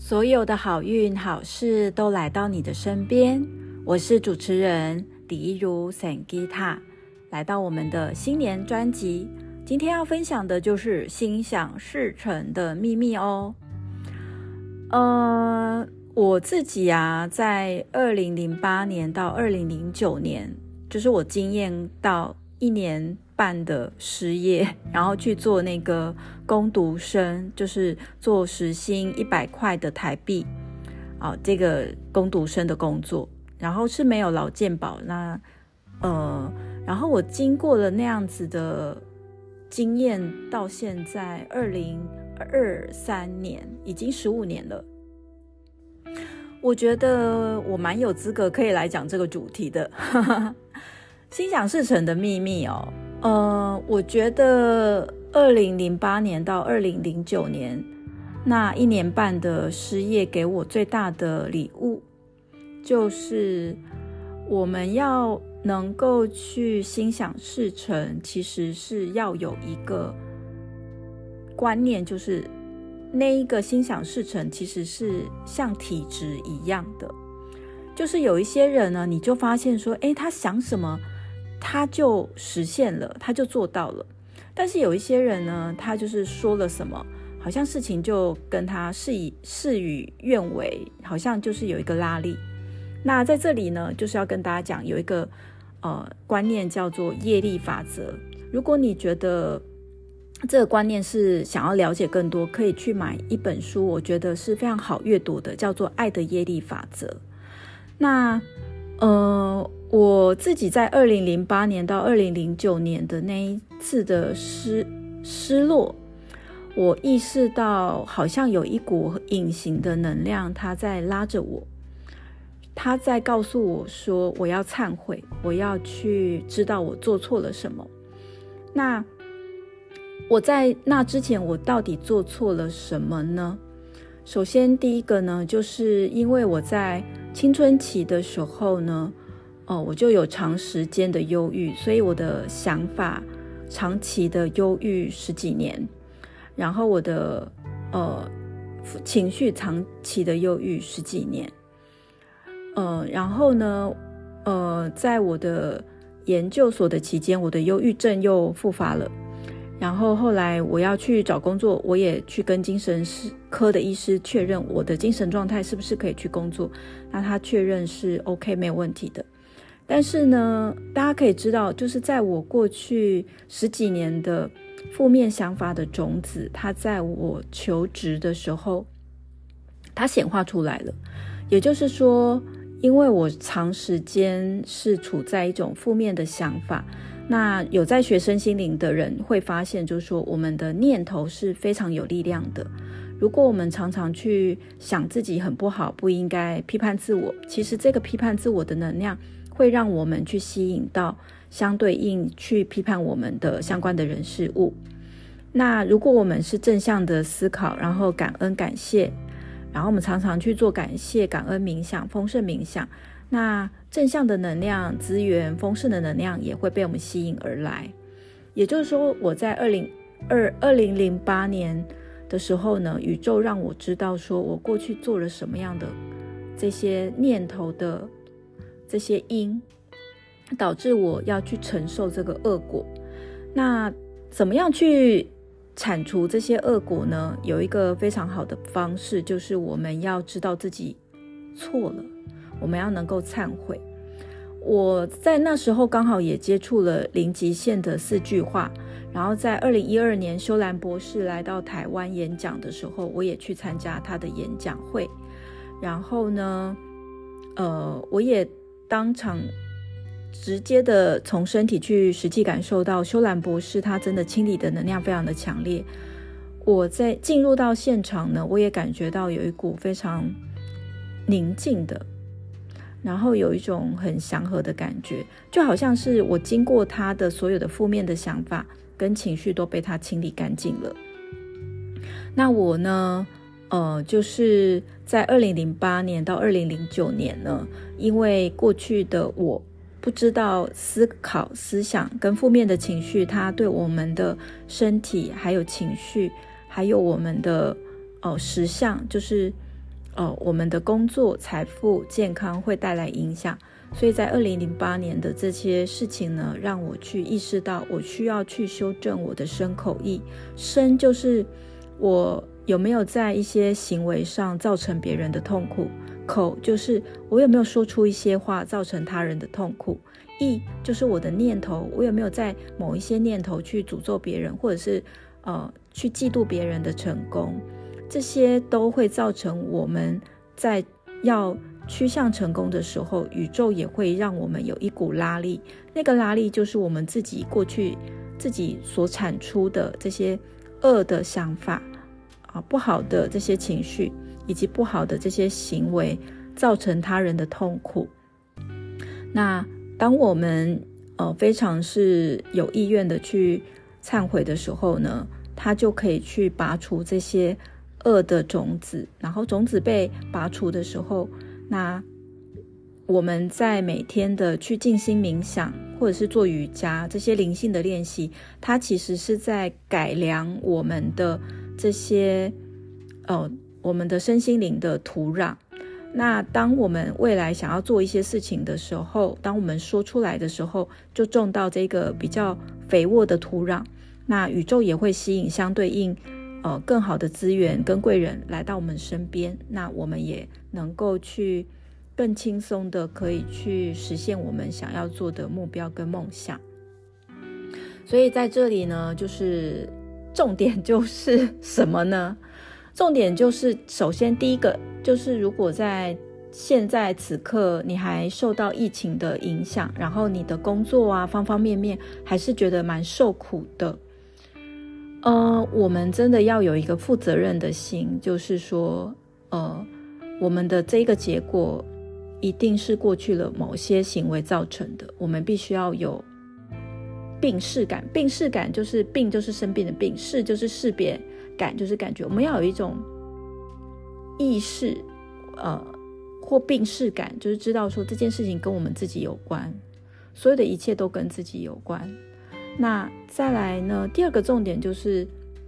所有的好运好事都来到你的身边。我是主持人李一如 Sangita， 来到我们的新年专辑。今天要分享的就是心想事成的秘密哦。我自己在2008年到2009年，就是我经验到1年半的失业，然后去做那个工读生，就是做时薪100块的台币这个工读生的工作，然后是没有劳健保。然后我经过了那样子的经验，到现在2023年已经15年了。我觉得我蛮有资格可以来讲这个主题的心想事成的秘密我觉得2008年到2009年那1年半的失业给我最大的礼物，就是我们要能够去心想事成，其实是要有一个观念，就是那一个心想事成其实是像体质一样的，就是有一些人呢，你就发现说他想什么他就实现了，他就做到了。但是有一些人呢，他就是说了什么，好像事情就跟他事与愿违，好像就是有一个拉力。那在这里呢，就是要跟大家讲有一个观念叫做业力法则。如果你觉得这个观念是想要了解更多，可以去买一本书，我觉得是非常好阅读的，叫做《爱的业力法则》。那我自己在2008年到2009年的那一次的失落，我意识到好像有一股隐形的能量，它在拉着我，它在告诉我说我要忏悔，我要去知道我做错了什么。那我在那之前我到底做错了什么呢？首先第一个呢，就是因为我在青春期的时候呢我就有长时间的忧郁，所以我的想法长期的忧郁10几年，然后我的情绪长期的忧郁10几年，然后呢在我的研究所的期间，我的忧郁症又复发了。然后后来我要去找工作，我也去跟精神科的医师确认我的精神状态是不是可以去工作，那他确认是 OK 没有问题的。但是呢，大家可以知道，就是在我过去10几年的负面想法的种子，它在我求职的时候它显化出来了。也就是说，因为我长时间是处在一种负面的想法，那有在学身心灵的人会发现，就是说我们的念头是非常有力量的。如果我们常常去想自己很不好，不应该批判自我，其实这个批判自我的能量会让我们去吸引到相对应去批判我们的相关的人事物。那如果我们是正向的思考，然后感恩感谢，然后我们常常去做感谢感恩冥想、丰盛冥想，那正向的能量资源、丰盛的能量也会被我们吸引而来。也就是说，我在2008年的时候呢，宇宙让我知道说我过去做了什么样的这些念头的这些因，导致我要去承受这个恶果。那怎么样去铲除这些恶果呢？有一个非常好的方式，就是我们要知道自己错了，我们要能够忏悔。我在那时候刚好也接触了零极限的4句话，然后在2012年修兰博士来到台湾演讲的时候，我也去参加他的演讲会。然后呢我也当场直接的从身体去实际感受到修兰博士他真的清理的能量非常的强烈。我在进入到现场呢，我也感觉到有一股非常宁静的，然后有一种很祥和的感觉，就好像是我经过他的所有的负面的想法跟情绪都被他清理干净了。那我呢就是在2008年到2009年呢，因为过去的我不知道思考思想跟负面的情绪，它对我们的身体还有情绪还有我们的实相，就是我们的工作、财富、健康会带来影响。所以在2008年的这些事情呢，让我去意识到我需要去修正我的身口意。身就是我有没有在一些行为上造成别人的痛苦，口就是我有没有说出一些话造成他人的痛苦，意就是我的念头，我有没有在某一些念头去诅咒别人，或者是去嫉妒别人的成功，这些都会造成我们在要趋向成功的时候，宇宙也会让我们有一股拉力，那个拉力就是我们自己过去自己所产出的这些恶的想法不好的这些情绪以及不好的这些行为造成他人的痛苦。那当我们非常是有意愿的去忏悔的时候呢，它就可以去拔除这些恶的种子，然后种子被拔除的时候，那我们在每天的去静心冥想或者是做瑜伽这些灵性的练习，它其实是在改良我们的这些我们的身心灵的土壤。那当我们未来想要做一些事情的时候，当我们说出来的时候，就种到这个比较肥沃的土壤，那宇宙也会吸引相对应更好的资源跟贵人来到我们身边，那我们也能够去更轻松的可以去实现我们想要做的目标跟梦想。所以在这里呢，就是重点就是什么呢？重点就是首先第一个就是如果在现在此刻你还受到疫情的影响，然后你的工作方方面面还是觉得蛮受苦的，我们真的要有一个负责任的心，就是说我们的这个结果一定是过去了某些行为造成的，我们必须要有病识感。病识感就是病就是生病的病，识就是识别，感就是感觉，我们要有一种意识或病识感，就是知道说这件事情跟我们自己有关，所有的一切都跟自己有关。那再来呢，第二个重点就是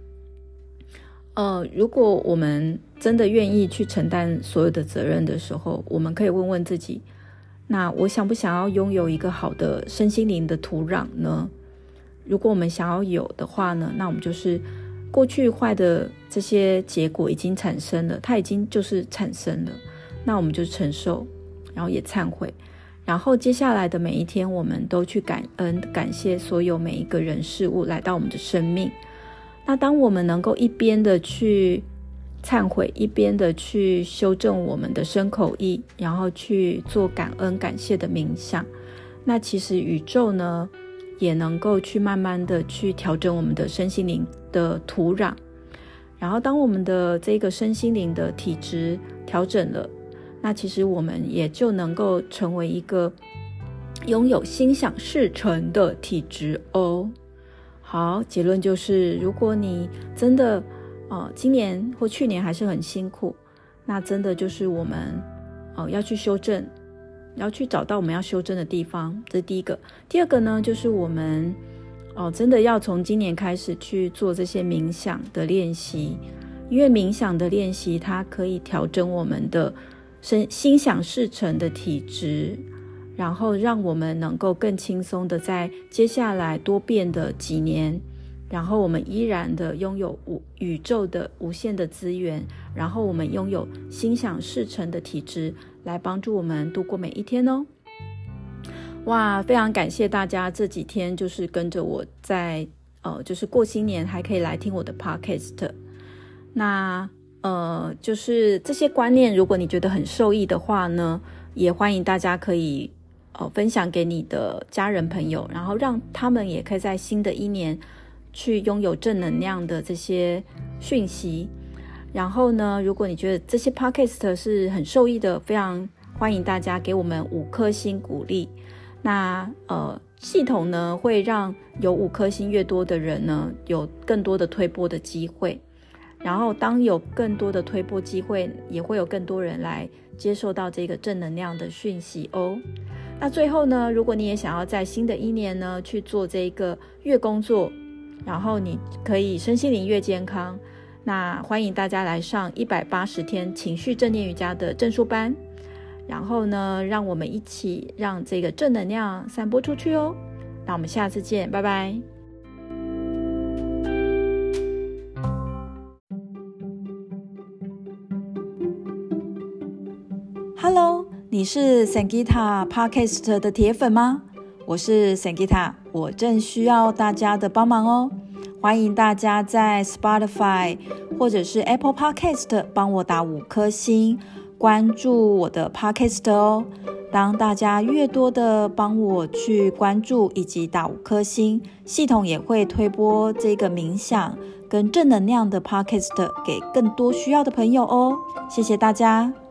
如果我们真的愿意去承担所有的责任的时候，我们可以问问自己，那我想不想要拥有一个好的身心灵的土壤呢？如果我们想要有的话呢，那我们就是过去坏的这些结果已经产生了，它已经就是产生了，那我们就承受，然后也忏悔，然后接下来的每一天我们都去感恩感谢所有每一个人事物来到我们的生命。那当我们能够一边的去忏悔，一边的去修正我们的身口意，然后去做感恩感谢的冥想，那其实宇宙呢也能够去慢慢的去调整我们的身心灵的土壤。然后当我们的这个身心灵的体质调整了，那其实我们也就能够成为一个拥有心想事成的体质哦。好，结论就是如果你真的今年或去年还是很辛苦，那真的就是我们要去修正，要去找到我们要修正的地方，这是第一个。第二个呢，就是我们真的要从今年开始去做这些冥想的练习，因为冥想的练习它可以调整我们的心想事成的体质，然后让我们能够更轻松的在接下来多变的几年，然后我们依然的拥有宇宙的无限的资源，然后我们拥有心想事成的体质来帮助我们度过每一天哦。哇，非常感谢大家这几天就是跟着我在就是过新年还可以来听我的 podcast。 那就是这些观念如果你觉得很受益的话呢，也欢迎大家可以分享给你的家人朋友，然后让他们也可以在新的一年去拥有正能量的这些讯息。然后呢，如果你觉得这些 podcast 是很受益的，非常欢迎大家给我们5颗星鼓励。那系统呢会让有5颗星越多的人呢有更多的推播的机会，然后当有更多的推播机会，也会有更多人来接受到这个正能量的讯息哦。那最后呢，如果你也想要在新的一年呢去做这个月工作，然后你可以身心灵越健康， 那欢迎大家来上180天情绪正念瑜伽的证书班，然后呢，让我们一起让这个正能量散播出去哦。那我们下次见，拜拜。Hello， 你是 Sangeeta Podcast 的铁粉吗？我是 Sangeeta， 我正需要大家的帮忙哦。欢迎大家在 Spotify 或者是 Apple Podcast 帮我打5颗星，关注我的 Podcast 哦。当大家越多的帮我去关注以及打5颗星，系统也会推播这个冥想跟正能量的 Podcast 给更多需要的朋友哦。谢谢大家。